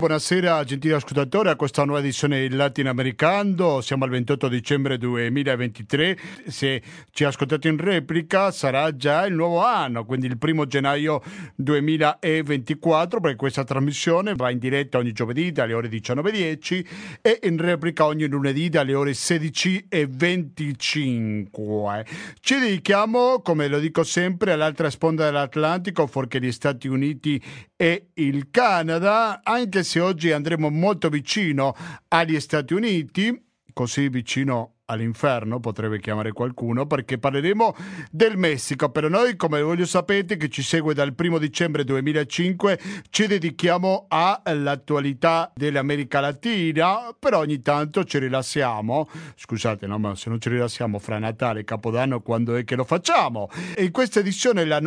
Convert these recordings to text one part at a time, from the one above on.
buonasera gentili ascoltatori a questa nuova edizione di Latinoamericano. Siamo al 28 dicembre 2023. Se ci ascoltate in replica sarà già il nuovo anno, quindi il 1 gennaio 2024, perché questa trasmissione va in diretta ogni giovedì dalle ore 19:10 e in replica ogni lunedì dalle ore 16:25. Ci dedichiamo, come lo dico sempre, all'altra sponda dell'Atlantico, fuorché gli Stati Uniti e il Canada, anche se oggi andremo molto vicino agli Stati Uniti, così vicino all'inferno potrebbe chiamare qualcuno, perché parleremo del Messico. Per noi, come voglio sapete, che ci segue dal 1 dicembre 2005, ci dedichiamo all'attualità dell'America Latina, però ogni tanto ci rilassiamo. Scusate, no, ma se non ci rilassiamo fra Natale e Capodanno, quando è che lo facciamo? E in questa edizione, la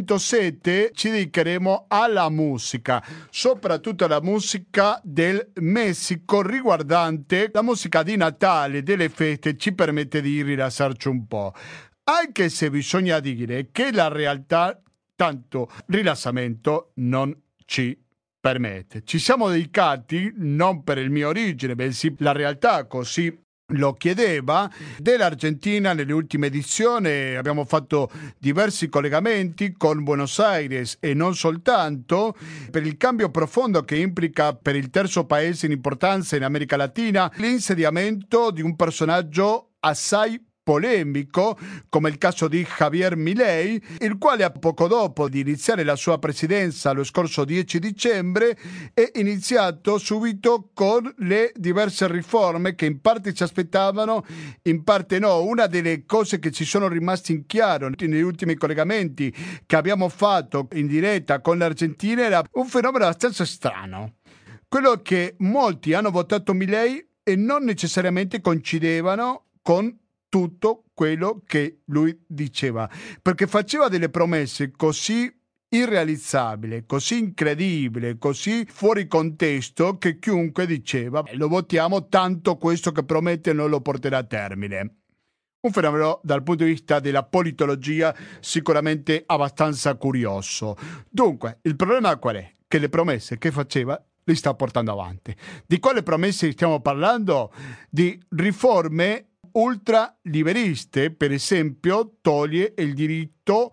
907, ci dedicheremo alla musica, soprattutto alla musica del Messico, riguardante la musica di Natale, delle feste. Ci permette di rilassarci un po', anche se bisogna dire che la realtà tanto rilassamento non ci permette. Ci siamo dedicati, non per il mio origine, bensì la realtà così lo chiedeva, dell'Argentina. Nelle ultime edizioni abbiamo fatto diversi collegamenti con Buenos Aires e non soltanto, per il cambio profondo che implica per il terzo paese in importanza in America Latina l'insediamento di un personaggio assai polemico, come il caso di Javier Milei, il quale poco dopo di iniziare la sua presidenza lo scorso 10 dicembre è iniziato subito con le diverse riforme che in parte ci aspettavano, in parte no. Una delle cose che ci sono rimasti in chiaro negli ultimi collegamenti che abbiamo fatto in diretta con l'Argentina era un fenomeno abbastanza strano, quello che molti hanno votato Milei e non necessariamente coincidevano con tutto quello che lui diceva, perché faceva delle promesse così irrealizzabili, così incredibili, così fuori contesto, che chiunque diceva lo votiamo, tanto questo che promette non lo porterà a termine. Un fenomeno dal punto di vista della politologia sicuramente abbastanza curioso. Dunque, il problema qual è? Che le promesse che faceva li sta portando avanti. Di quale promesse stiamo parlando? Di riforme ultraliberiste. Per esempio, toglie il diritto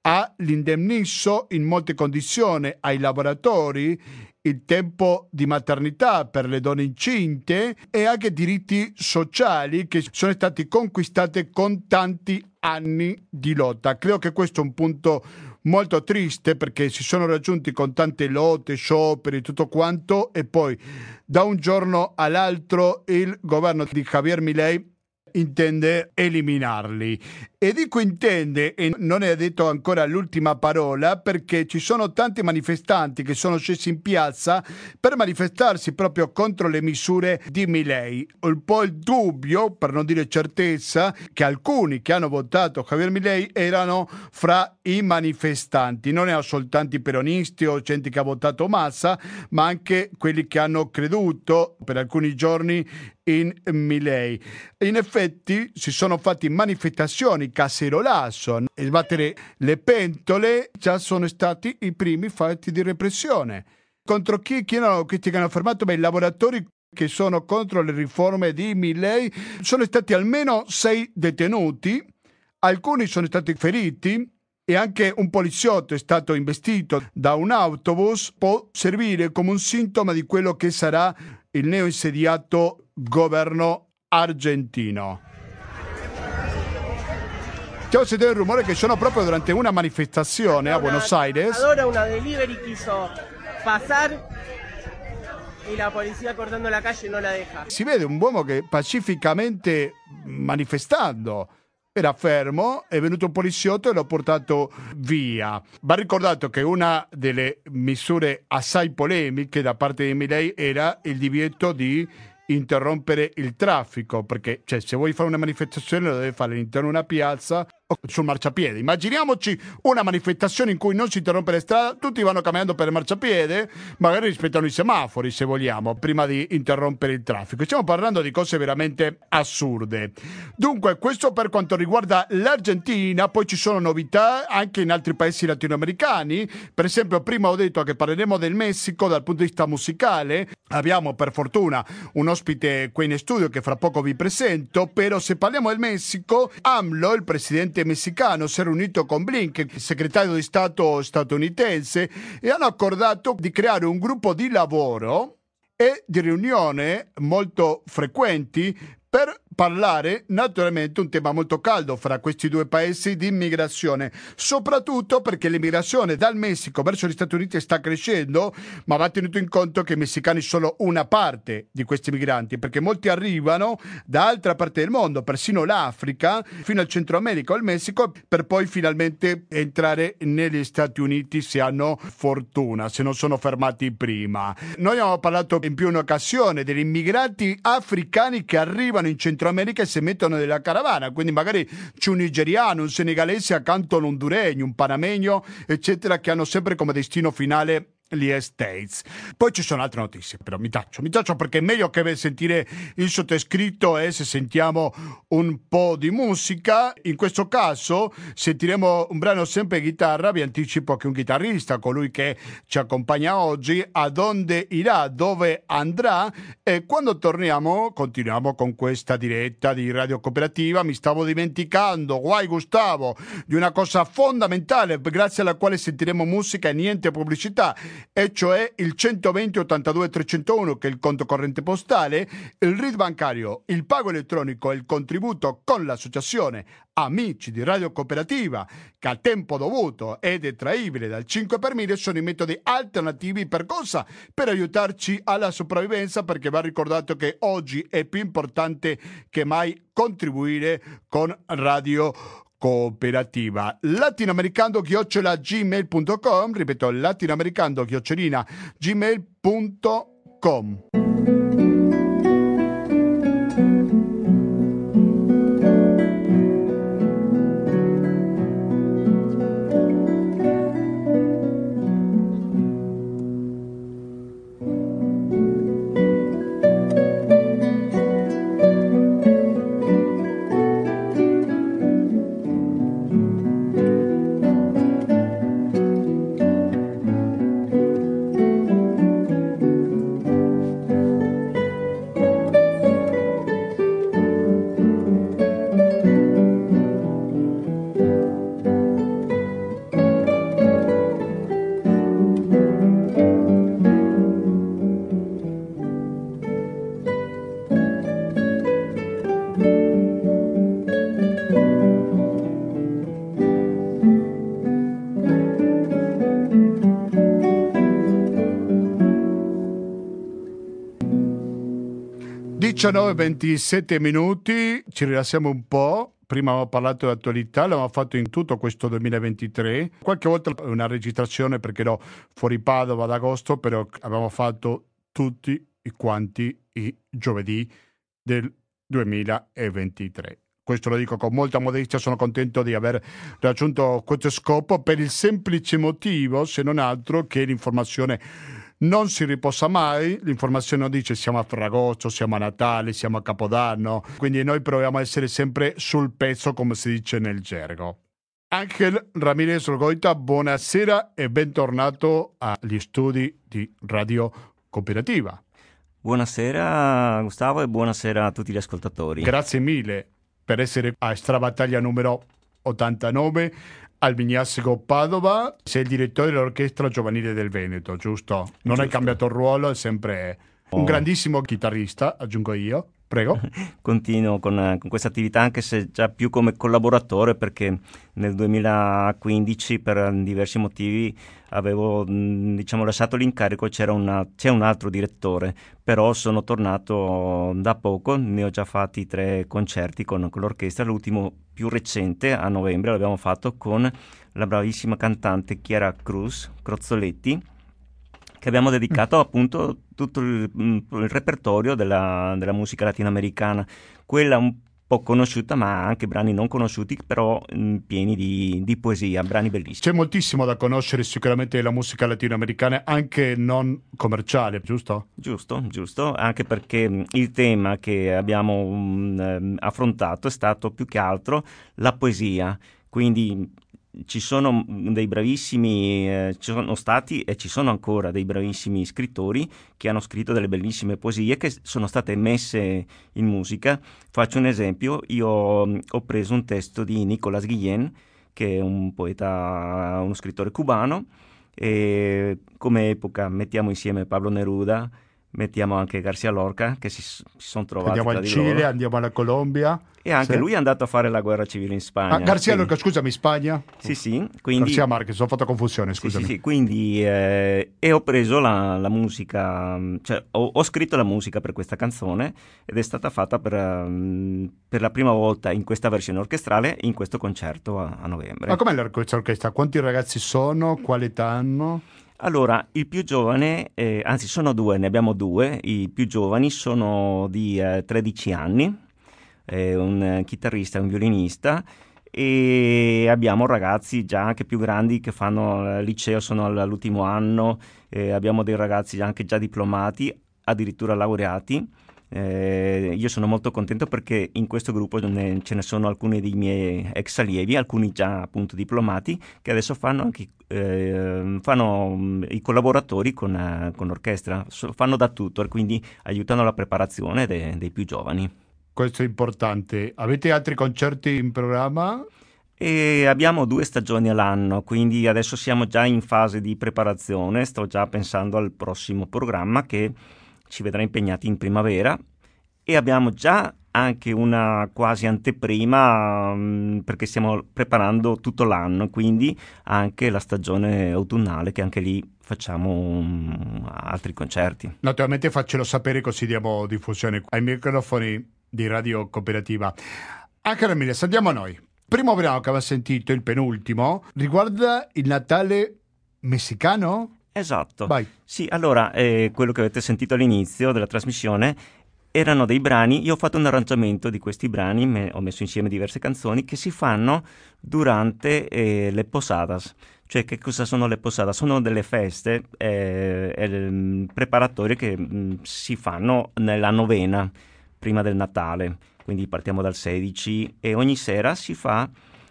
all'indemnizo in molte condizioni ai lavoratori, il tempo di maternità per le donne incinte e anche diritti sociali che sono stati conquistati con tanti anni di lotta. Credo che questo è un punto molto triste, perché si sono raggiunti con tante lotte, scioperi, tutto quanto, e poi da un giorno all'altro il governo di Javier Milei intende eliminarli. E dico intende e non è detto ancora l'ultima parola, perché ci sono tanti manifestanti che sono scesi in piazza per manifestarsi proprio contro le misure di Milei. Un po' il dubbio, per non dire certezza, che alcuni che hanno votato Javier Milei erano fra i manifestanti. Non erano soltanto i peronisti o gente che ha votato Massa, ma anche quelli che hanno creduto per alcuni giorni in Milei. In effetti si sono fatti manifestazioni, cacerolazo, sbattere le pentole, già sono stati i primi fatti di repressione. Contro chi erano questi che hanno fermato? I lavoratori che sono contro le riforme di Milei. Sono stati almeno 6 detenuti, alcuni sono stati feriti e anche un poliziotto è stato investito da un autobus. Può servire come un sintomo di quello che sarà il neoinsediato governo argentino. Stiamo sentendo il rumore che sono proprio durante una manifestazione a Buenos Aires. Ahora una delivery quiso pasar y la policía cortando la calle no la deja. Si vede un uomo che pacificamente manifestando era fermo, è venuto un poliziotto e l'ha portato via. Va ricordato che una delle misure assai polemiche da parte di Milei era il divieto di interrompere il traffico, perché se vuoi fare una manifestazione lo devi fare all'interno di una piazza sul marciapiede. Immaginiamoci una manifestazione in cui non si interrompe le strade, tutti vanno camminando per il marciapiede, magari rispettano i semafori se vogliamo, prima di interrompere il traffico. Stiamo parlando di cose veramente assurde. Dunque, questo per quanto riguarda l'Argentina. Poi ci sono novità anche in altri paesi latinoamericani. Per esempio, prima ho detto che parleremo del Messico dal punto di vista musicale. Abbiamo per fortuna un ospite qui in studio che fra poco vi presento, però se parliamo del Messico, AMLO, il presidente messicano, si è riunito con Blinken, il segretario di Stato statunitense, e hanno accordato di creare un gruppo di lavoro e di riunione molto frequenti per parlare naturalmente un tema molto caldo fra questi due paesi di immigrazione, soprattutto perché l'immigrazione dal Messico verso gli Stati Uniti sta crescendo, ma va tenuto in conto che i messicani sono solo una parte di questi migranti, perché molti arrivano da altre parti del mondo, persino l'Africa, fino al Centro America o il Messico, per poi finalmente entrare negli Stati Uniti se hanno fortuna, se non sono fermati prima. Noi abbiamo parlato in più un'occasione degli immigrati africani che arrivano in Centro America e si mettono nella caravana, quindi magari c'è un nigeriano, un senegalese accanto a un honduregno, un panamegno, eccetera, che hanno sempre come destino finale gli States. Poi ci sono altre notizie, però mi taccio perché è meglio che sentire il sottoscritto e se sentiamo un po' di musica. In questo caso sentiremo un brano sempre chitarra. Vi anticipo che un chitarrista, colui che ci accompagna oggi, a donde irà, dove andrà, e quando torniamo continuiamo con questa diretta di Radio Cooperativa. Mi stavo dimenticando, guai Gustavo, di una cosa fondamentale grazie alla quale sentiremo musica e niente pubblicità, e cioè il 120 82 301, che è il conto corrente postale, il RID bancario, il pago elettronico e il contributo con l'associazione Amici di Radio Cooperativa, che a tempo dovuto è detraibile dal 5 per 1000, sono i metodi alternativi per cosa? Per aiutarci alla sopravvivenza, perché va ricordato che oggi è più importante che mai contribuire con Radio Cooperativa. latinoamericando@gmail.com, ripeto, latinoamericando@gmail.com. e 27 minuti, ci rilassiamo un po'. Prima abbiamo parlato di attualità, l'abbiamo fatto in tutto questo 2023. Qualche volta una registrazione perché ero fuori Padova ad agosto, però abbiamo fatto tutti quanti i giovedì del 2023. Questo lo dico con molta modestia, sono contento di aver raggiunto questo scopo per il semplice motivo, se non altro, che l'informazione non si riposa mai. L'informazione non dice siamo a Ferragosto, siamo a Natale, siamo a Capodanno, quindi noi proviamo a essere sempre sul pezzo, come si dice nel gergo. Angel Ramirez Orgoita, buonasera e bentornato agli studi di Radio Cooperativa. Buonasera Gustavo e buonasera a tutti gli ascoltatori. Grazie mille per essere a Strabattaglia numero 89 al Vignasco Padova. Sei il direttore dell'Orchestra Giovanile del Veneto, giusto? Non hai cambiato il ruolo, è sempre un grandissimo chitarrista, aggiungo io. Prego. Continuo con questa attività, anche se già più come collaboratore, perché nel 2015 per diversi motivi avevo lasciato l'incarico, c'è un altro direttore, però sono tornato da poco, ne ho già fatti 3 concerti con l'orchestra. L'ultimo più recente a novembre l'abbiamo fatto con la bravissima cantante Chiara Cruz Crozzoletti, che abbiamo dedicato appunto tutto il repertorio della musica latinoamericana, quella un poco conosciuta, ma anche brani non conosciuti, però pieni di poesia, brani bellissimi. C'è moltissimo da conoscere sicuramente della musica latinoamericana, anche non commerciale, giusto? Giusto, anche perché il tema che abbiamo affrontato è stato più che altro la poesia, quindi ci sono dei bravissimi, ci sono stati e ci sono ancora dei bravissimi scrittori che hanno scritto delle bellissime poesie che sono state messe in musica. Faccio un esempio, io ho preso un testo di Nicolás Guillén, che è un poeta, uno scrittore cubano, e come epoca mettiamo insieme Pablo Neruda, mettiamo anche García Lorca, che si sono trovati Andiamo tra al di Cile, loro. andiamo alla Colombia. E anche Sì. lui è andato a fare la guerra civile in Spagna. García quindi- Lorca, scusami, Spagna? Sì, quindi... García Márquez, ho fatto confusione, scusami. Sì, quindi e ho preso la musica, cioè ho scritto la musica per questa canzone ed è stata fatta per la prima volta in questa versione orchestrale in questo concerto a novembre. Ma com'è l'orchestra? Quanti ragazzi sono? Quale età hanno? Allora, il più giovane, anzi sono due, ne abbiamo due, i più giovani sono di 13 anni, un chitarrista e un violinista, e abbiamo ragazzi già anche più grandi che fanno il liceo, sono all'ultimo anno, abbiamo dei ragazzi anche già diplomati, addirittura laureati. Io sono molto contento perché in questo gruppo ce ne sono alcuni dei miei ex allievi, alcuni già appunto diplomati, che adesso fanno anche i collaboratori con l'orchestra, fanno da tutor, quindi aiutano la preparazione dei più giovani. Questo è importante. Avete altri concerti in programma? E abbiamo 2 stagioni all'anno, quindi adesso siamo già in fase di preparazione, sto già pensando al prossimo programma che ci vedrà impegnati in primavera, e abbiamo già anche una quasi anteprima perché stiamo preparando tutto l'anno, quindi anche la stagione autunnale, che anche lì facciamo altri concerti. Naturalmente faccelo sapere così diamo diffusione ai microfoni di Radio Cooperativa. Anche Ramirez, andiamo a noi. Primo brano che aveva sentito, il penultimo, riguarda il Natale messicano? Esatto. Vai. Sì, allora, quello che avete sentito all'inizio della trasmissione erano dei brani, io ho fatto un arrangiamento di questi brani, ho messo insieme diverse canzoni che si fanno durante le posadas. Cioè, che cosa sono le posadas? Sono delle feste preparatorie che si fanno nella novena, prima del Natale. Quindi partiamo dal 16 e ogni sera si fa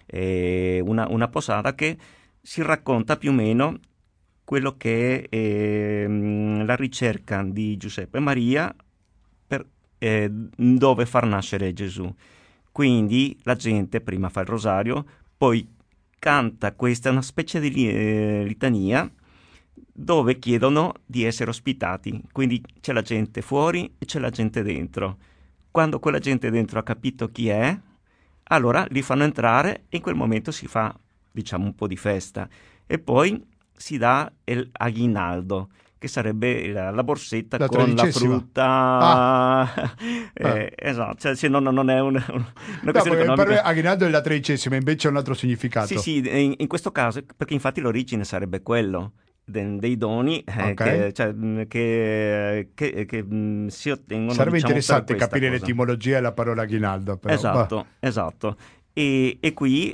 una posata che si racconta più o meno quello che è la ricerca di Giuseppe e Maria per dove far nascere Gesù. Quindi la gente prima fa il rosario, poi canta questa, una specie di litania dove chiedono di essere ospitati. Quindi c'è la gente fuori e c'è la gente dentro. Quando quella gente dentro ha capito chi è, allora li fanno entrare e in quel momento si fa, diciamo, un po' di festa. E poi si dà l'aghinaldo, che sarebbe la borsetta la con la frutta. Esatto, cioè, non è una questione economica. Per me aghinaldo è la 13ª, invece è un altro significato. Sì, in questo caso, perché infatti l'origine sarebbe quello. Dei doni Okay. che si ottengono. Sarebbe diciamo, interessante capire cosa. l'etimologia della parola aghinaldo. Però, Esatto. E qui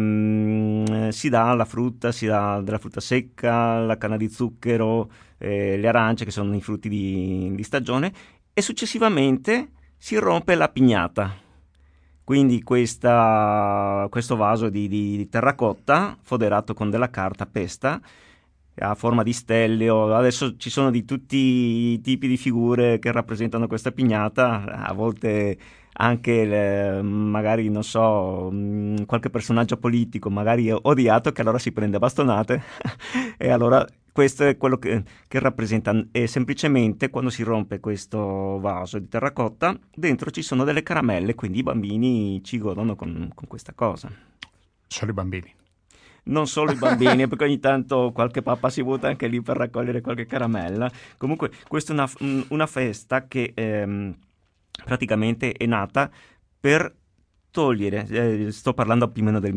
si dà la frutta, si dà della frutta secca, la canna di zucchero, le arance, che sono i frutti di stagione, e successivamente si rompe la pignata. Quindi questo vaso di terracotta foderato con della carta pesta a forma di stelle, adesso ci sono di tutti i tipi di figure che rappresentano questa pignata, a volte anche magari, non so, qualche personaggio politico magari odiato, che allora si prende bastonate e allora questo è quello che rappresenta. E semplicemente quando si rompe questo vaso di terracotta, dentro ci sono delle caramelle, quindi i bambini ci godono con questa cosa. Solo i bambini. Non solo i bambini, perché ogni tanto qualche papà si butta anche lì per raccogliere qualche caramella. Comunque questa è una festa che praticamente è nata per togliere, sto parlando più o meno del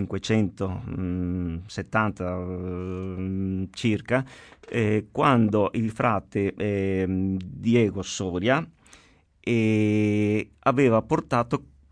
1570 circa, quando il frate Diego Soria aveva portato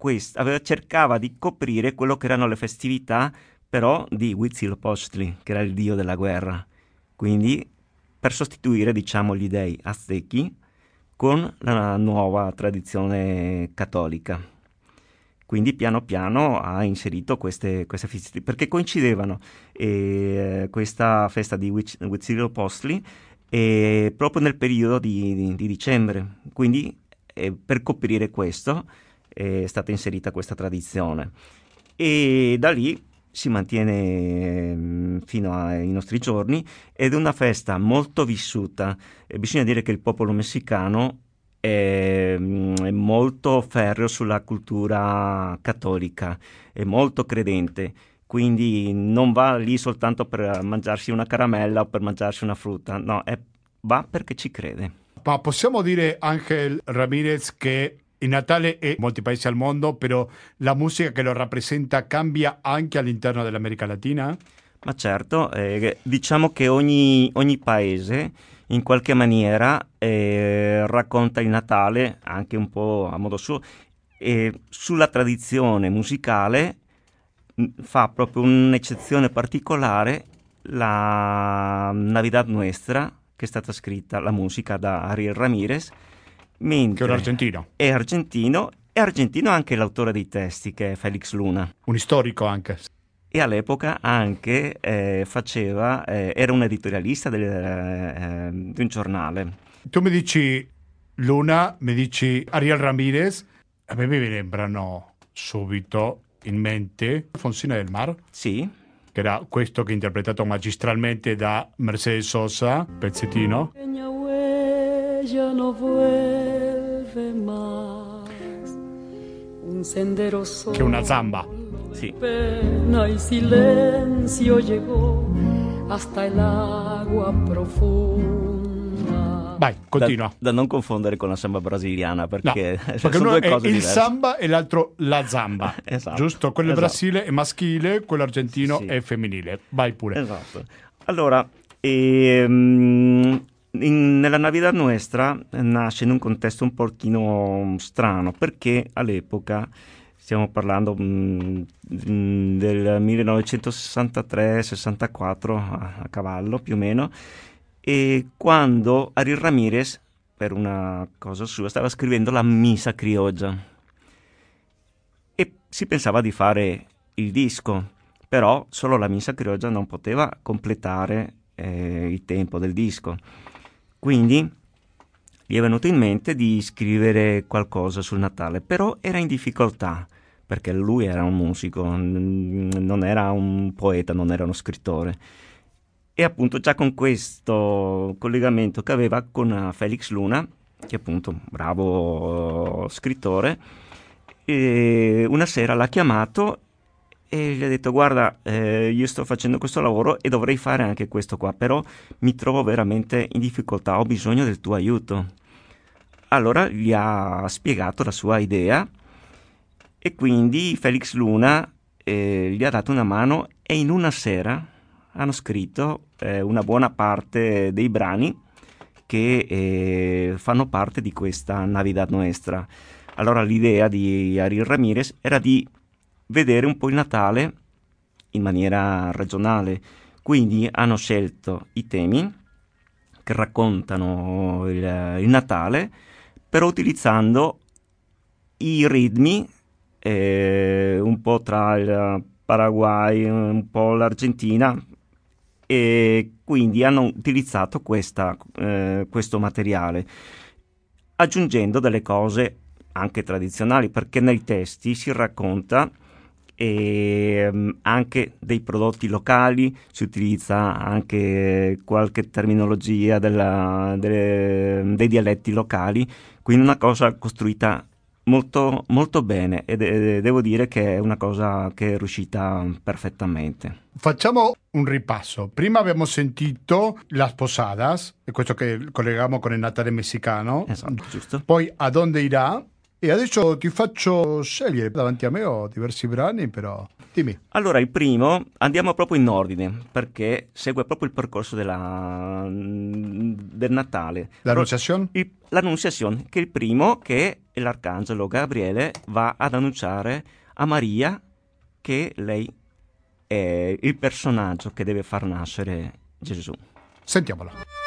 cercava di coprire quello che erano le festività, però di Huitzilopochtli, che era il dio della guerra. Quindi per sostituire, diciamo, gli dei aztechi con la nuova tradizione cattolica. Quindi piano piano ha inserito queste feste, perché coincidevano questa festa di Huitzilopochtli proprio nel periodo di dicembre. Quindi per coprire questo è stata inserita questa tradizione. E da lì si mantiene fino ai nostri giorni ed è una festa molto vissuta. Bisogna dire che il popolo messicano è molto ferreo sulla cultura cattolica, è molto credente, quindi non va lì soltanto per mangiarsi una caramella o per mangiarsi una frutta, no, va perché ci crede. Ma possiamo dire, Ángel Ramírez, che il Natale è in molti paesi al mondo, però la musica che lo rappresenta cambia anche all'interno dell'America Latina? Ma certo, diciamo che ogni paese in qualche maniera racconta il Natale anche un po' a modo suo, e sulla tradizione musicale fa proprio un'eccezione particolare la Navidad Nuestra, che è stata scritta, la musica, da Ariel Ramírez, mentre che è un argentino. È argentino anche l'autore dei testi, che è Félix Luna. Un storico anche. E all'epoca anche era un editorialista di un giornale. Tu mi dici Luna, mi dici Ariel Ramírez, a me mi lembrano subito in mente Fonsina del Mar. Sì. Che era questo che è interpretato magistralmente da Mercedes Sosa, pezzettino. Che è una zamba. Sì. Pena y silencio llegó hasta el agua profunda. Vai, continua. Da non confondere con la samba brasiliana, perché, perché sono uno due cose è il diverse. samba e l'altro la zamba. Esatto. Giusto? Quello Esatto. Brasile è maschile, quello argentino sì. è femminile. Vai pure. Esatto. Allora, nella Navidad Nuestra nasce in un contesto un pochino strano, perché all'epoca, stiamo parlando del 1963-64 a cavallo più o meno, e quando Ariel Ramírez, per una cosa sua, stava scrivendo la Missa Criolla e si pensava di fare il disco, però solo la Missa Criolla non poteva completare il tempo del disco. Quindi gli è venuto in mente di scrivere qualcosa sul Natale, però era in difficoltà, perché lui era un musico, non era un poeta, non era uno scrittore. E appunto già con questo collegamento che aveva con Félix Luna, che è appunto bravo scrittore, una sera l'ha chiamato e gli ha detto: guarda, io sto facendo questo lavoro e dovrei fare anche questo qua, però mi trovo veramente in difficoltà, ho bisogno del tuo aiuto. Allora gli ha spiegato la sua idea e quindi Félix Luna gli ha dato una mano e in una sera hanno scritto una buona parte dei brani che fanno parte di questa Navidad Nuestra. Allora l'idea di Ariel Ramírez era di vedere un po' il Natale in maniera regionale, quindi hanno scelto i temi che raccontano il Natale, però utilizzando i ritmi un po' tra il Paraguay, un po' l'Argentina, e quindi hanno utilizzato questo materiale, aggiungendo delle cose anche tradizionali, perché nei testi si racconta anche dei prodotti locali, si utilizza anche qualche terminologia dei dialetti locali, quindi una cosa costruita molto, molto bene, e devo dire che è una cosa che è riuscita perfettamente. Facciamo un ripasso. Prima abbiamo sentito Las Posadas, e questo che colleghiamo con il Natale messicano. Esatto, giusto. Poi A Donde Irá, E adesso ti faccio scegliere, davanti a me ho diversi brani, però dimmi. Allora, il primo andiamo proprio in ordine, perché segue proprio il percorso del Natale. L'Annunciazione? L'Annunciazione, che è il primo che l'arcangelo Gabriele va ad annunciare a Maria che lei è il personaggio che deve far nascere Gesù. Sentiamolo.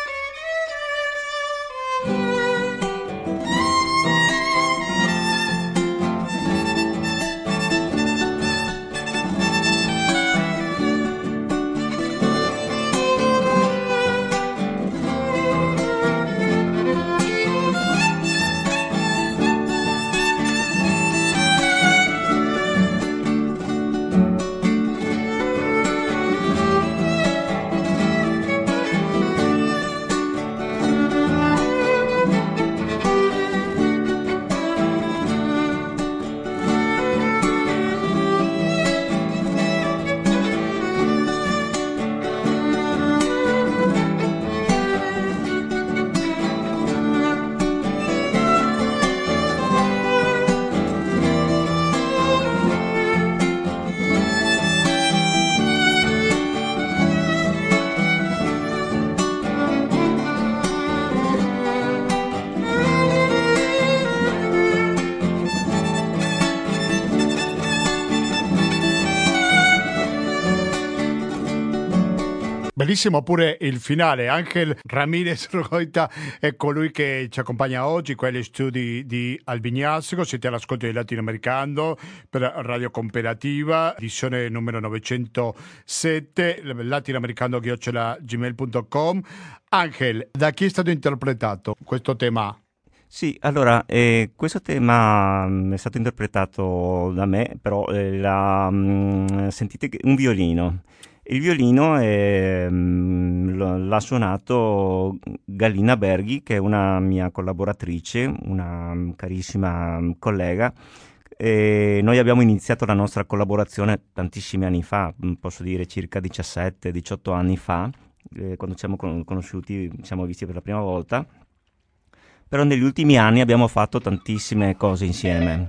Bellissimo pure il finale. Angel Ramirez Rogoita è colui che ci accompagna oggi qua agli studi di Albignasco. Siete all'ascolto di Latinoamericano per Radio Cooperativa, edizione numero 907, latinoamericano@gmail.com. Angel, da chi è stato interpretato questo tema? Sì, allora, questo tema è stato interpretato da me, però sentite un violino. Il violino l'ha suonato Galina Berghi, che è una mia collaboratrice, una carissima collega. E noi abbiamo iniziato la nostra collaborazione tantissimi anni fa, posso dire circa 17-18 anni fa, quando ci siamo conosciuti, ci siamo visti per la prima volta. Però negli ultimi anni abbiamo fatto tantissime cose insieme.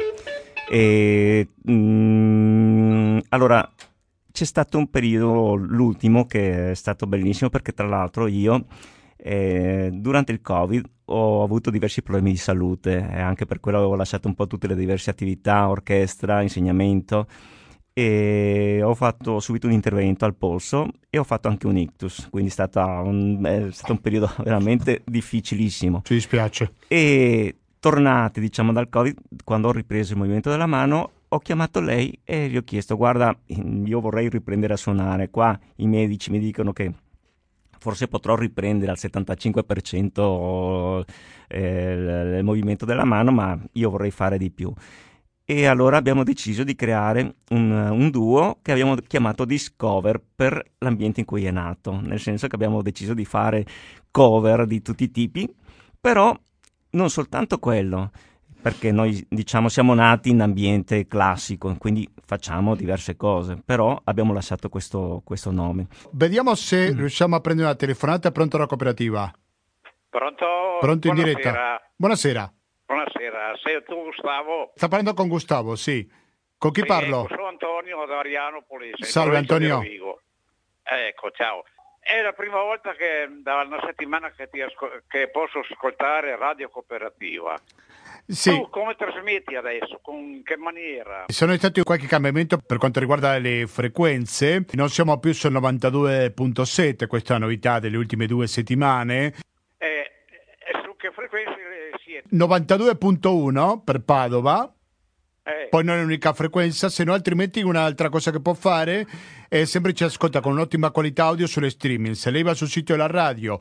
Allora, c'è stato un periodo, l'ultimo, che è stato bellissimo, perché tra l'altro io durante il Covid ho avuto diversi problemi di salute e anche per quello avevo lasciato un po' tutte le diverse attività, orchestra, insegnamento, e ho fatto subito un intervento al polso e ho fatto anche un ictus, quindi è stato un periodo veramente difficilissimo. Ci dispiace. E tornati, diciamo, dal Covid, quando ho ripreso il movimento della mano, ho chiamato lei e gli ho chiesto: guarda, io vorrei riprendere a suonare, qua i medici mi dicono che forse potrò riprendere al 75% il movimento della mano, ma io vorrei fare di più. E allora abbiamo deciso di creare un duo che abbiamo chiamato Discover, per l'ambiente in cui è nato, nel senso che abbiamo deciso di fare cover di tutti i tipi, però non soltanto quello, perché noi, diciamo, siamo nati in ambiente classico, quindi facciamo diverse cose, però abbiamo lasciato questo nome. Vediamo se riusciamo a prendere una telefonata. Pronto la cooperativa? Pronto? Pronto in Buonasera. diretta? Buonasera. Buonasera, sei tu Gustavo? Sta parlando con Gustavo, sì. Con chi Sì, parlo? sono Antonio da Arianopoli. Salve Antonio. Ecco, ciao. È la prima volta che da una settimana che posso ascoltare Radio Cooperativa. Sì. Tu come trasmetti adesso? Con che maniera? Sono stati qualche cambiamento per quanto riguarda le frequenze. Non siamo più sul 92.7, questa è una novità delle ultime 2 settimane. Su che frequenze siete? 92.1 per Padova. Poi non è l'unica frequenza, se no altrimenti un'altra cosa che può fare è sempre ci ascolta con un'ottima qualità audio sulle streaming. Se lei va sul sito della radio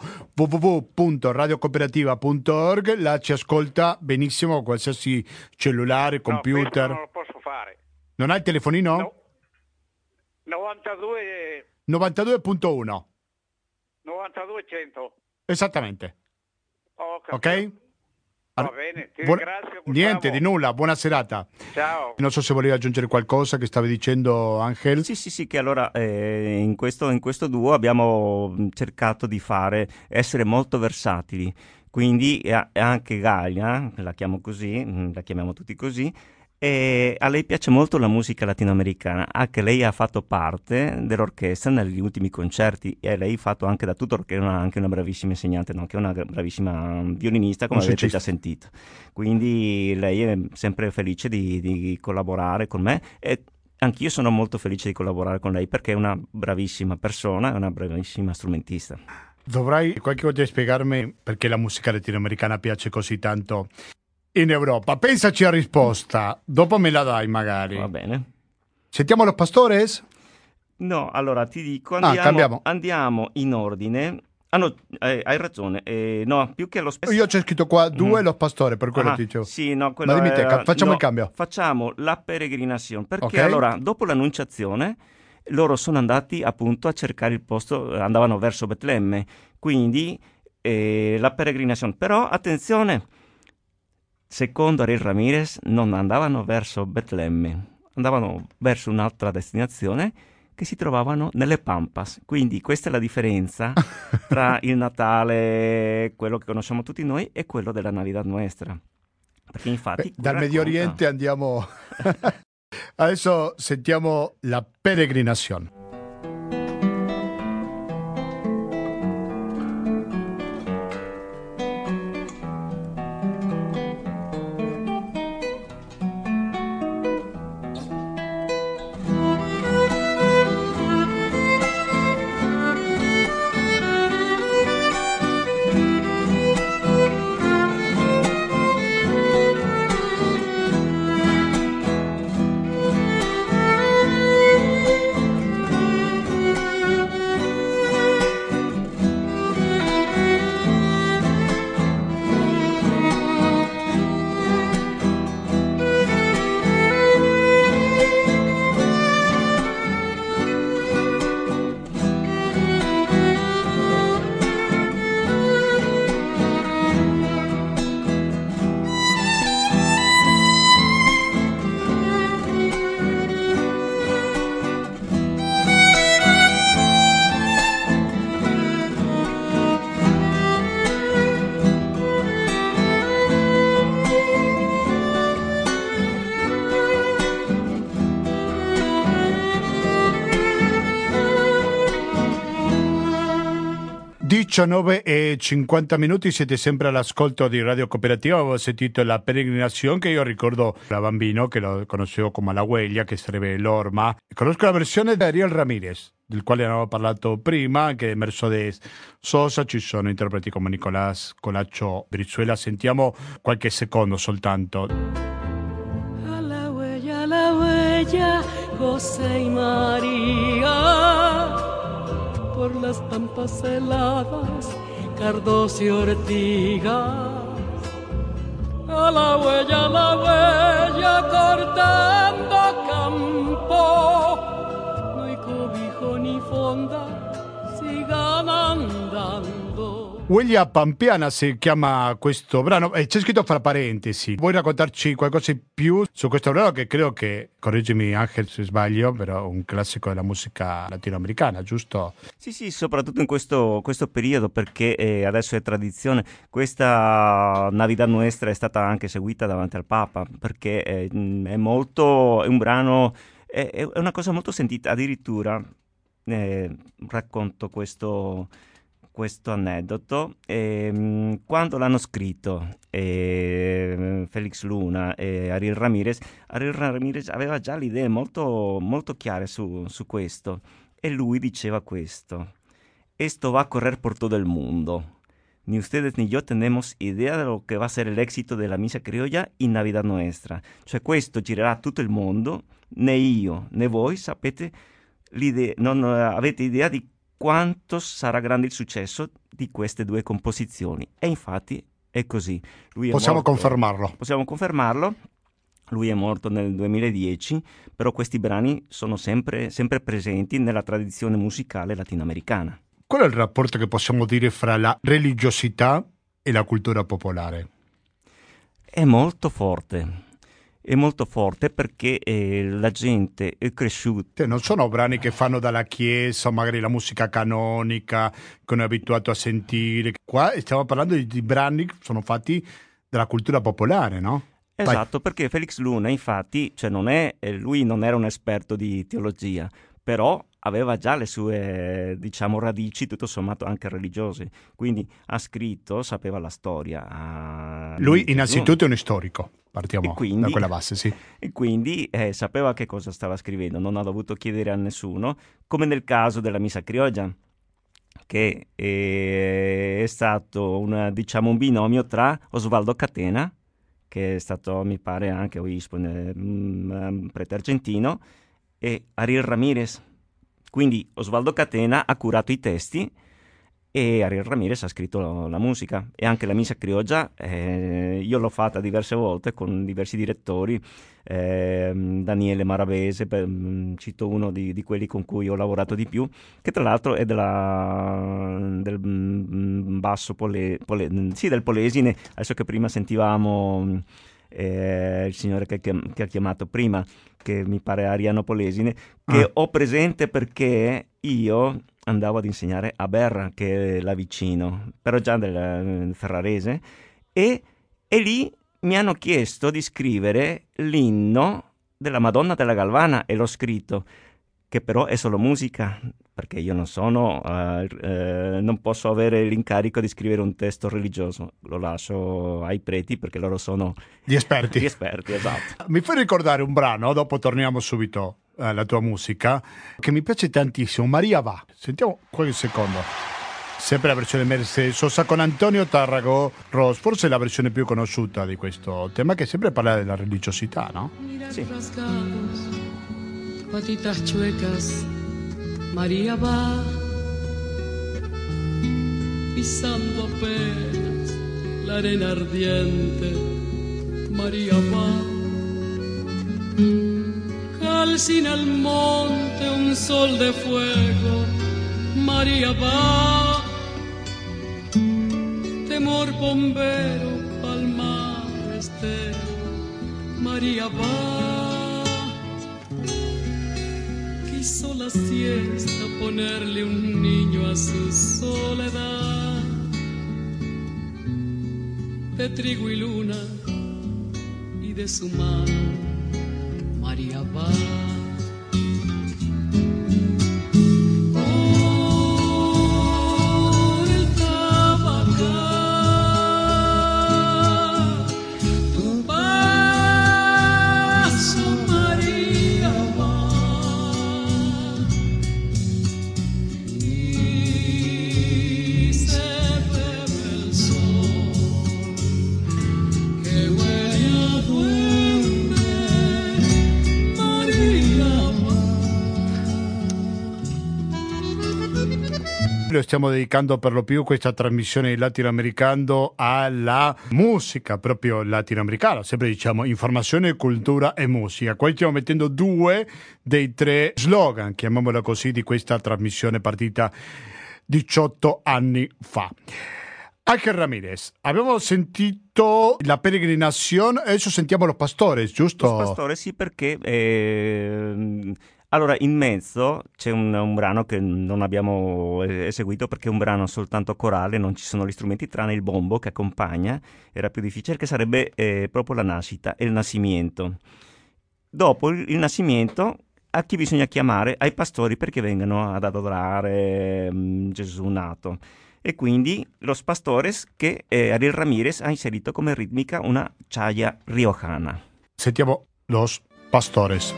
www.radiocooperativa.org, là ci ascolta benissimo con qualsiasi cellulare, computer. No, non lo posso fare. Non ha il telefonino? No. 92... 92.1 9200. Esattamente. Oh, ok? Va bene, ti ringrazio. Gustavo. Niente, di nulla, buona serata. Ciao. Non so se volevi aggiungere qualcosa che stavi dicendo, Angel. Sì, che allora in questo duo abbiamo cercato di essere molto versatili, quindi anche Galia, la chiamo così, la chiamiamo tutti così, e a lei piace molto la musica latinoamericana, anche lei ha fatto parte dell'orchestra negli ultimi concerti e lei ha fatto anche da tutor, che è anche una bravissima insegnante, nonché una bravissima violinista, come avete già sentito. Quindi lei è sempre felice di collaborare con me e anch'io sono molto felice di collaborare con lei perché è una bravissima persona, è una bravissima strumentista. Dovrai qualche volta spiegarmi perché la musica latinoamericana piace così tanto in Europa. Pensaci a risposta, dopo me la dai magari. Va bene. Sentiamo Los Pastores? No, allora ti dico, andiamo in ordine. Ah no, hai ragione. No, più che lo Io c'è scritto qua 2 Los Pastores, per quello ti dicevo. Sì, no, quello ma dimmi te, facciamo il cambio. Facciamo la peregrinazione, perché allora, dopo l'annunciazione, loro sono andati appunto a cercare il posto, andavano verso Betlemme, quindi la peregrinazione. Però, attenzione, secondo Ariel Ramirez non andavano verso Betlemme, andavano verso un'altra destinazione che si trovavano nelle Pampas. Quindi questa è la differenza tra il Natale, quello che conosciamo tutti noi, e quello della Navidad Nuestra. Perché infatti dal Medio Oriente andiamo adesso sentiamo la peregrinazione. 19:50, siete sempre all'ascolto di Radio Cooperativa. Avevo sentito la peregrinazione, che io ricordo da bambino, che lo conoscevo come La Huella, che sarebbe l'orma. Conosco la versione di Ariel Ramirez, del quale avevamo parlato prima, anche Mercedes Sosa, ci sono interpreti come Nicolás Colaccio Brizuela. Sentiamo qualche secondo soltanto. A la huella, José y María, por las pampas heladas, cardos y ortigas. A la huella, cortando campo, no hay cobijo ni fonda, sigan andando. Huella Pampiana si chiama questo brano, e c'è scritto fra parentesi. Vuoi raccontarci qualcosa in più su questo brano, che credo che, correggimi Angel se sbaglio, però è un classico della musica latinoamericana, giusto? Sì, soprattutto in questo periodo, perché adesso è tradizione. Questa Navidad Nuestra è stata anche seguita davanti al Papa, perché è un brano, è una cosa molto sentita. Addirittura racconto questo aneddoto. Quando l'hanno scritto Felix Luna e Ariel Ramirez aveva già le idee molto, molto chiare su questo, e lui diceva questo: esto va a correr por todo el mundo, ni ustedes ni yo tenemos idea de lo que va a ser el éxito de la misa criolla in Navidad Nuestra. Cioè, questo girerà tutto il mondo, né io né voi sapete non avete idea di quanto sarà grande il successo di queste due composizioni. E infatti è così. Possiamo confermarlo. Lui è morto nel 2010, però questi brani sono sempre presenti nella tradizione musicale latinoamericana. Qual è il rapporto che possiamo dire fra la religiosità e la cultura popolare? è molto forte. È molto forte perché la gente è cresciuta. Non sono brani che fanno dalla chiesa, magari la musica canonica, che uno è abituato a sentire. Qua stiamo parlando di brani che sono fatti dalla cultura popolare, no? Esatto, perché Felix Luna, infatti, cioè lui non era un esperto di teologia, però aveva già le sue, diciamo, radici, tutto sommato anche religiose. Quindi ha scritto, sapeva la storia. Lui innanzitutto è uno storico. Partiamo quindi, da quella base, sì. E quindi sapeva che cosa stava scrivendo, non ha dovuto chiedere a nessuno, come nel caso della Missa Criolla, che è stato un binomio tra Osvaldo Catena, che è stato, mi pare, anche obispo, prete argentino, e Ariel Ramirez. Quindi Osvaldo Catena ha curato i testi e Ariel Ramirez ha scritto la musica. E anche la Missa Criolla io l'ho fatta diverse volte con diversi direttori, Daniele Maravese, cito uno di quelli con cui ho lavorato di più, che tra l'altro è del basso del Polesine, adesso che prima sentivamo il signore che ha chiamato prima, che mi pare Ariano Polesine, che ho presente perché io andavo ad insegnare a Berra, che è là vicino, però già del ferrarese, e lì mi hanno chiesto di scrivere l'inno della Madonna della Galvana, e l'ho scritto, che però è solo musica, perché io non posso avere l'incarico di scrivere un testo religioso, lo lascio ai preti perché loro sono gli esperti. Gli esperti, esatto. Mi fai ricordare un brano, dopo torniamo subito alla tua musica, che mi piace tantissimo, Maria va. Sentiamo qualche secondo. Sempre la versione Mercedes Sosa con Antonio Tarrago Ross, forse la versione più conosciuta di questo tema, che sempre parla della religiosità, no? Sì. Patitas chuecas, María va pisando apenas la arena ardiente. María va, calcina el monte un sol de fuego. María va, temor bombero, palmar estero. María va. Quiso la siesta ponerle un niño a su soledad, de trigo y luna y de su mano María va. Por el Tabacal, tu paso María va. Stiamo dedicando per lo più questa trasmissione di latinoamericano alla musica proprio latinoamericana, sempre diciamo informazione, cultura e musica. Qua stiamo mettendo 2 dei 3 slogan, chiamiamola così, di questa trasmissione partita 18 anni fa. Ángel Ramírez, abbiamo sentito la peregrinazione, adesso sentiamo Los Pastores, giusto? Los Pastores sì, perché allora in mezzo c'è un brano che non abbiamo eseguito perché è un brano soltanto corale, non ci sono gli strumenti tranne il bombo che accompagna, era più difficile, che sarebbe proprio la nascita, il nascimento. Dopo il nascimento, a chi bisogna chiamare? Ai pastori, perché vengano ad adorare Gesù nato. E quindi Los Pastores, che Ariel Ramírez ha inserito come ritmica una chaya riojana. Sentiamo Los Pastores.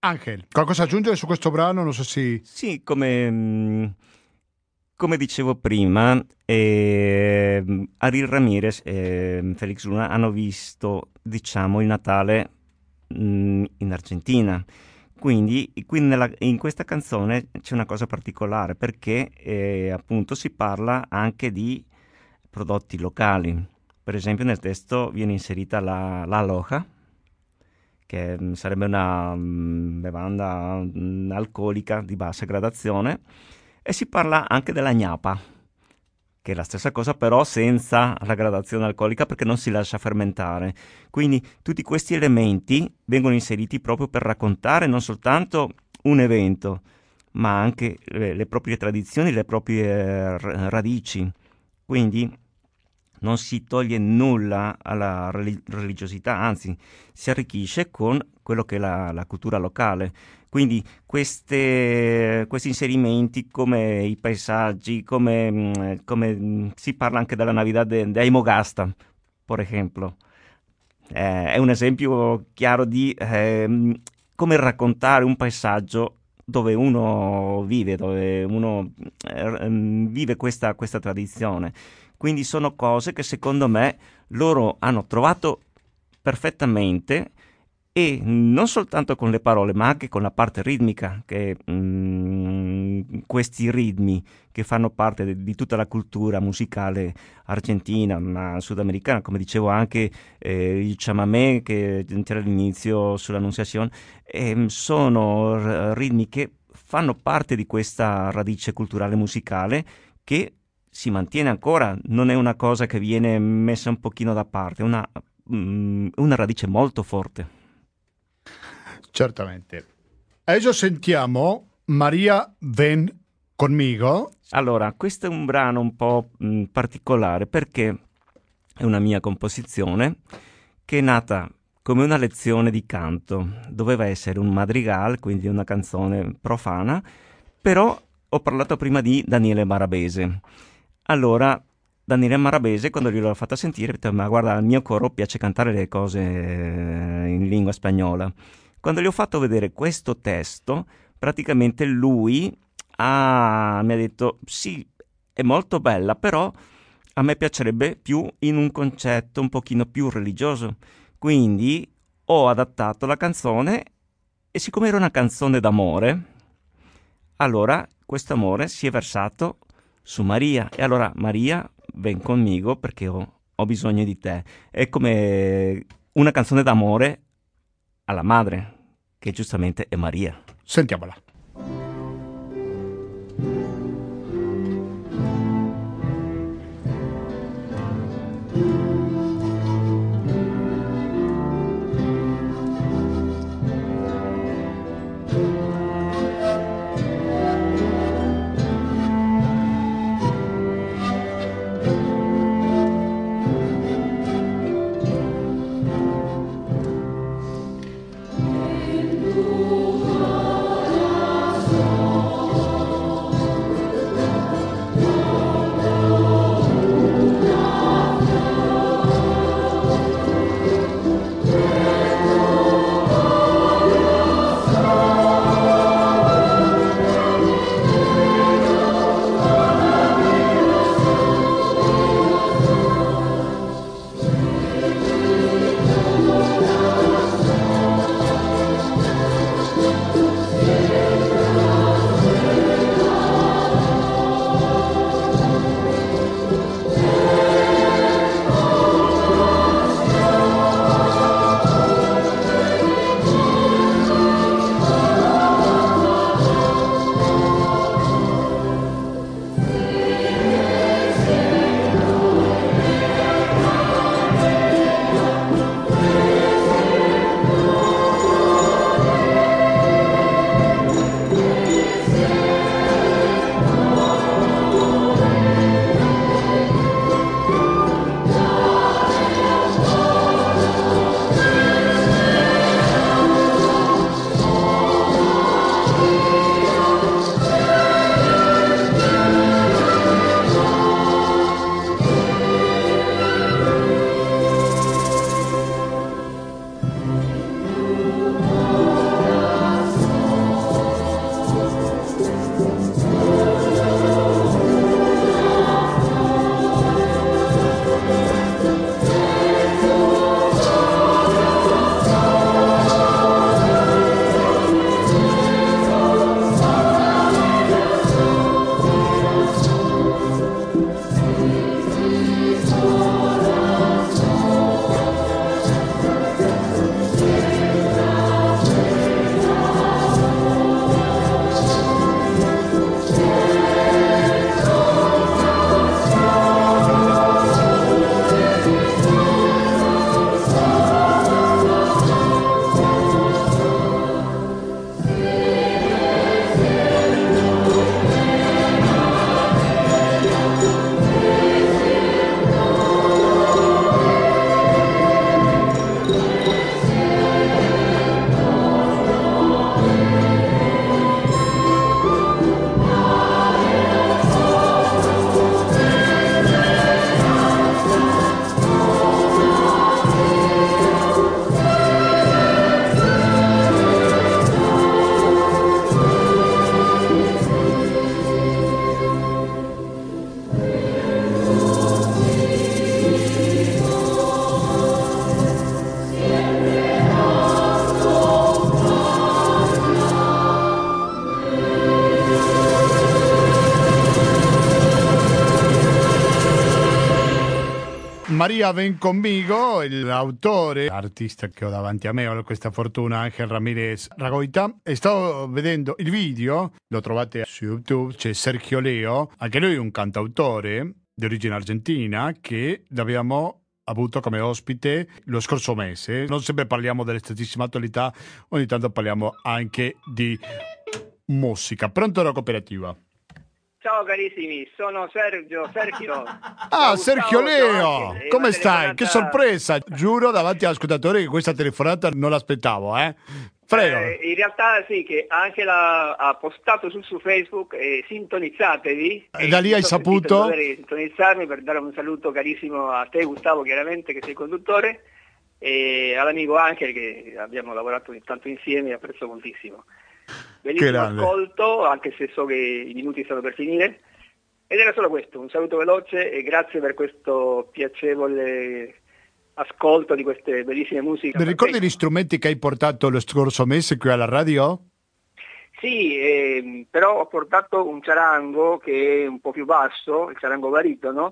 Angel, qualcosa da aggiungere su questo brano? Non so se... Sì, come dicevo prima, Ariel Ramirez e Felix Luna hanno visto, diciamo, il Natale in Argentina. Quindi in questa canzone c'è una cosa particolare perché appunto si parla anche di prodotti locali. Per esempio nel testo viene inserita la Aloha, che sarebbe una bevanda alcolica di bassa gradazione, e si parla anche della gnapa, che è la stessa cosa però senza la gradazione alcolica perché non si lascia fermentare. Quindi tutti questi elementi vengono inseriti proprio per raccontare non soltanto un evento, ma anche le proprie tradizioni, le proprie radici. Quindi non si toglie nulla alla religiosità, anzi si arricchisce con quello che è la cultura locale. Quindi questi inserimenti come i paesaggi, come si parla anche della Navidad de Aymogasta, per esempio. È un esempio chiaro di come raccontare un paesaggio dove uno vive questa tradizione. Quindi sono cose che secondo me loro hanno trovato perfettamente, e non soltanto con le parole ma anche con la parte ritmica, che questi ritmi che fanno parte di tutta la cultura musicale argentina ma sudamericana, come dicevo anche il chamamé che c'era all'inizio sull'Annunciazione, sono ritmi che fanno parte di questa radice culturale musicale che si mantiene ancora, non è una cosa che viene messa un pochino da parte, è una radice molto forte. Certamente. Adesso sentiamo Maria Ven conmigo. Allora, questo è un brano un po' particolare perché è una mia composizione che è nata come una lezione di canto. Doveva essere un madrigal, quindi una canzone profana, però ho parlato prima di Daniele Marabese. Allora, Daniele Marabese, quando gliel'ho fatta sentire, ho detto: ma guarda, al mio coro piace cantare le cose in lingua spagnola. Quando gli ho fatto vedere questo testo, praticamente lui mi ha detto: sì, è molto bella, però a me piacerebbe più in un concetto un pochino più religioso. Quindi ho adattato la canzone, e siccome era una canzone d'amore, allora questo amore si è versato su Maria. E allora: Maria, ven conmigo perché ho bisogno di te. È come una canzone d'amore alla madre, che giustamente è Maria. Sentiamola. En tu Maria Ven conmigo, l'autore, l'artista che ho davanti a me, ho questa fortuna, Angel Ramirez Ragoita. E stavo vedendo il video, lo trovate su YouTube, c'è Sergio Leo, anche lui è un cantautore di origine argentina che l'abbiamo avuto come ospite lo scorso mese. Non sempre parliamo dell'estetissima attualità, ogni tanto parliamo anche di musica. Pronto alla cooperativa? Ciao carissimi, sono Sergio. Ah, Sergio Leo, come stai? Che sorpresa! Giuro davanti all'ascoltatore che questa telefonata non l'aspettavo, Prego. In realtà sì, che anche ha postato su Facebook, sintonizzatevi. E da lì hai saputo? Sintonizzarmi per dare un saluto carissimo a te Gustavo, chiaramente, che sei il conduttore, e all'amico Angel, che abbiamo lavorato tanto insieme e apprezzo moltissimo. Bellissimo ascolto, anche se so che i minuti stanno per finire. Ed era solo questo, un saluto veloce e grazie per questo piacevole ascolto di queste bellissime musiche. Mi ricordi gli strumenti che hai portato lo scorso mese qui alla radio? Sì, però ho portato un ciarango che è un po' più basso, il ciarango baritono,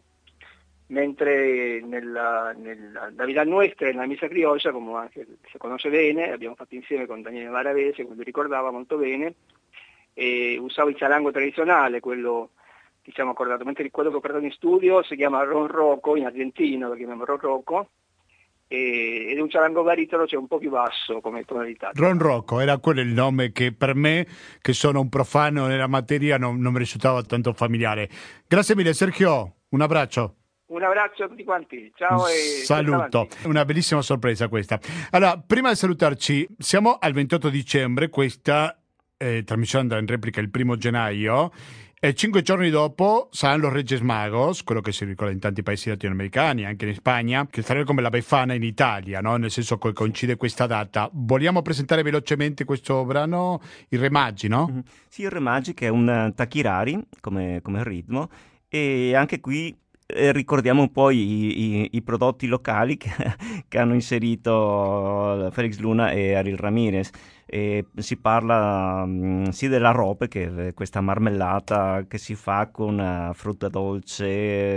mentre nella Villa Nuestra e nella Missa Criolla, come anche si conosce bene, abbiamo fatto insieme con Daniele Maravese, come vi ricordava molto bene, e usavo il ciarango tradizionale, quello diciamo accordato, mentre quello che ho portato in studio si chiama ronroco, in argentino lo chiamiamo ronroco, ed è un ciarango baritono, cioè un po' più basso come tonalità. Ronroco era quello il nome che per me, che sono un profano nella materia, non mi risultava tanto familiare. Grazie mille Sergio, un abbraccio. Un abbraccio a tutti quanti, ciao e saluto, una bellissima sorpresa questa. Allora, prima di salutarci, siamo al 28 dicembre, questa trasmissione andrà in replica il 1 gennaio e 5 giorni dopo saranno los Reyes Magos, quello che si ricorda in tanti paesi latinoamericani, anche in Spagna, che sarebbe come la Befana in Italia, no? Nel senso che coincide questa data. Vogliamo presentare velocemente questo brano, I Re Magi, no? Mm-hmm. Sì, I Re Magi, che è un tachirari come ritmo, e anche qui ricordiamo un po' i prodotti locali che hanno inserito Felix Luna e Ariel Ramirez. E si parla sì della rope, che è questa marmellata che si fa con frutta dolce,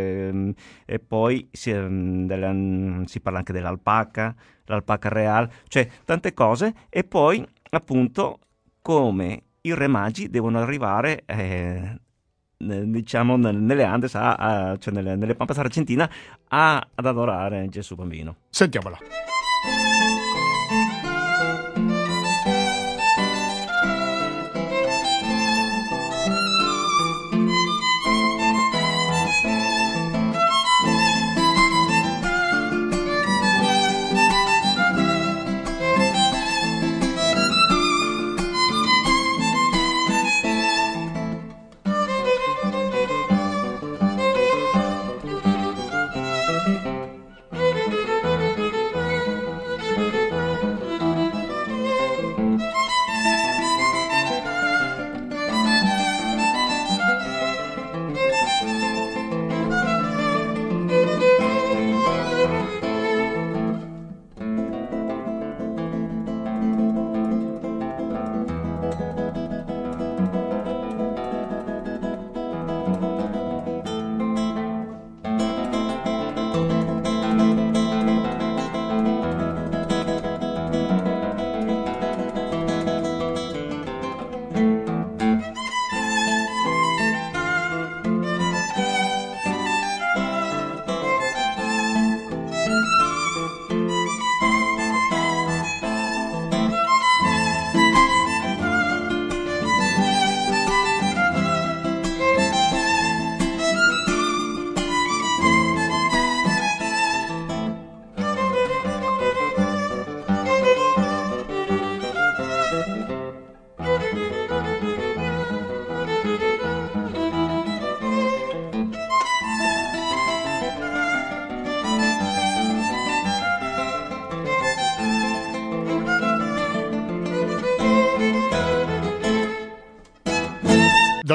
e poi si parla anche dell'alpaca, l'alpaca real, cioè tante cose. E poi appunto come i Re Magi devono arrivare diciamo nelle Andes, cioè nelle Pampas Argentina, ad adorare Gesù Bambino. Sentiamola.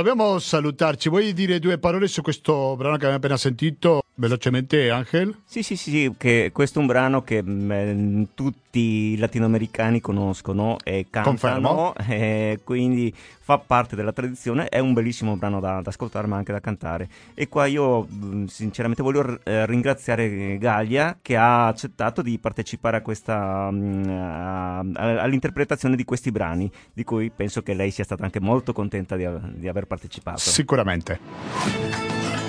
Dobbiamo salutarci. Vuoi dire due parole su questo brano che abbiamo appena sentito? Velocemente, Angel? Sì, che questo è un brano che tutti i latinoamericani conoscono e cantano, quindi fa parte della tradizione, è un bellissimo brano da ascoltare ma anche da cantare. E qua io sinceramente voglio ringraziare Galia che ha accettato di partecipare a questa all'interpretazione di questi brani, di cui penso che lei sia stata anche molto contenta di aver partecipato. Sicuramente.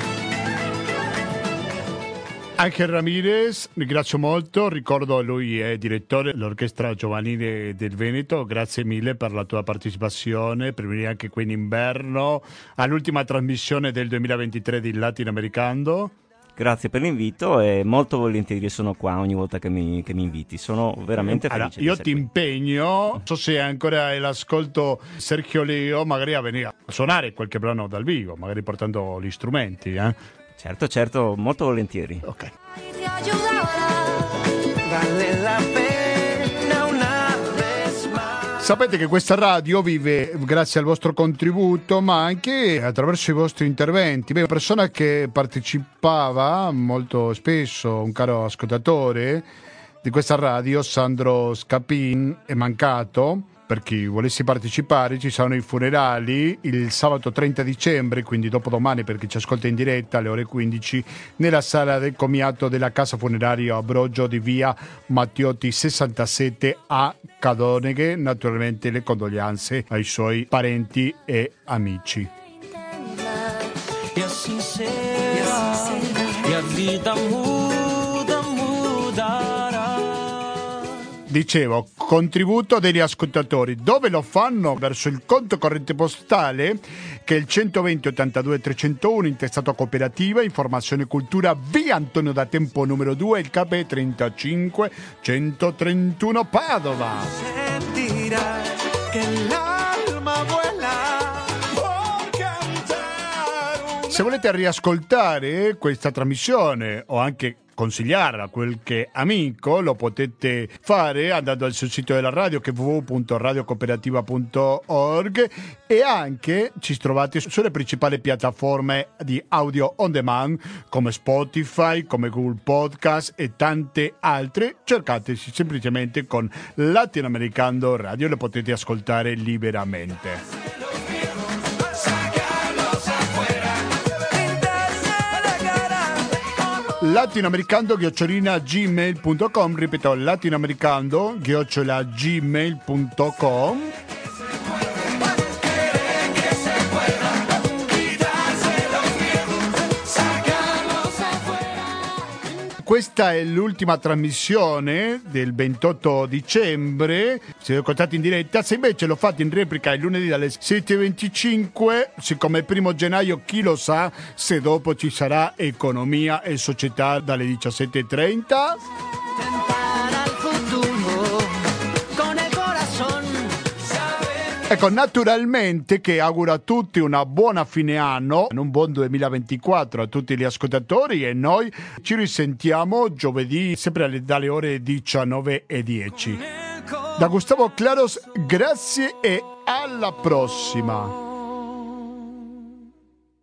Angel Ramirez, ringrazio molto, ricordo lui è direttore dell'Orchestra Giovanile del Veneto, grazie mille per la tua partecipazione, per venire anche qui in inverno all'ultima trasmissione del 2023 di Latinoamericano. Grazie per l'invito e molto volentieri sono qua ogni volta che mi inviti, sono veramente felice. Io ti impegno, non so se ancora è l'ascolto Sergio Leo, magari a venire a suonare qualche brano dal vivo, magari portando gli strumenti, Certo, molto volentieri. Ok. Sapete che questa radio vive grazie al vostro contributo, ma anche attraverso i vostri interventi. Una persona che partecipava molto spesso, un caro ascoltatore di questa radio, Sandro Scapin, è mancato. Per chi volesse partecipare ci sono i funerali il sabato 30 dicembre, quindi dopodomani per chi ci ascolta in diretta alle ore 15 nella sala del commiato della casa funeraria Abrogio di via Mattiotti 67 a Cadoneghe. Naturalmente le condoglianze ai suoi parenti e amici. Dicevo, contributo degli ascoltatori. Dove lo fanno? Verso il conto corrente postale che è il 120 82 301, intestato a Cooperativa Informazione e Cultura, via Antonio da Tempo numero 2, il KP 35 131 Padova. Sentirà che l'alma vuela por cantare. Se volete riascoltare questa trasmissione o anche consigliarla a qualche amico, lo potete fare andando al sito della radio che è www.radiocooperativa.org, e anche ci trovate sulle principali piattaforme di audio on demand come Spotify, come Google Podcast e tante altre. Cercateci semplicemente con Latinoamericano Radio e lo potete ascoltare liberamente. latinoamericando@gmail.com, ripeto, latinoamericando@gmail.com. Questa è l'ultima trasmissione del 28 dicembre, se lo ascoltate in diretta. Se invece lo fate in replica il lunedì dalle 7:25, siccome è 1 gennaio, chi lo sa se dopo ci sarà economia e società dalle 17:30. Ecco, naturalmente che auguro a tutti una buona fine anno, un buon 2024 a tutti gli ascoltatori, e noi ci risentiamo giovedì sempre dalle ore 19:10. Da Gustavo Claros, grazie e alla prossima.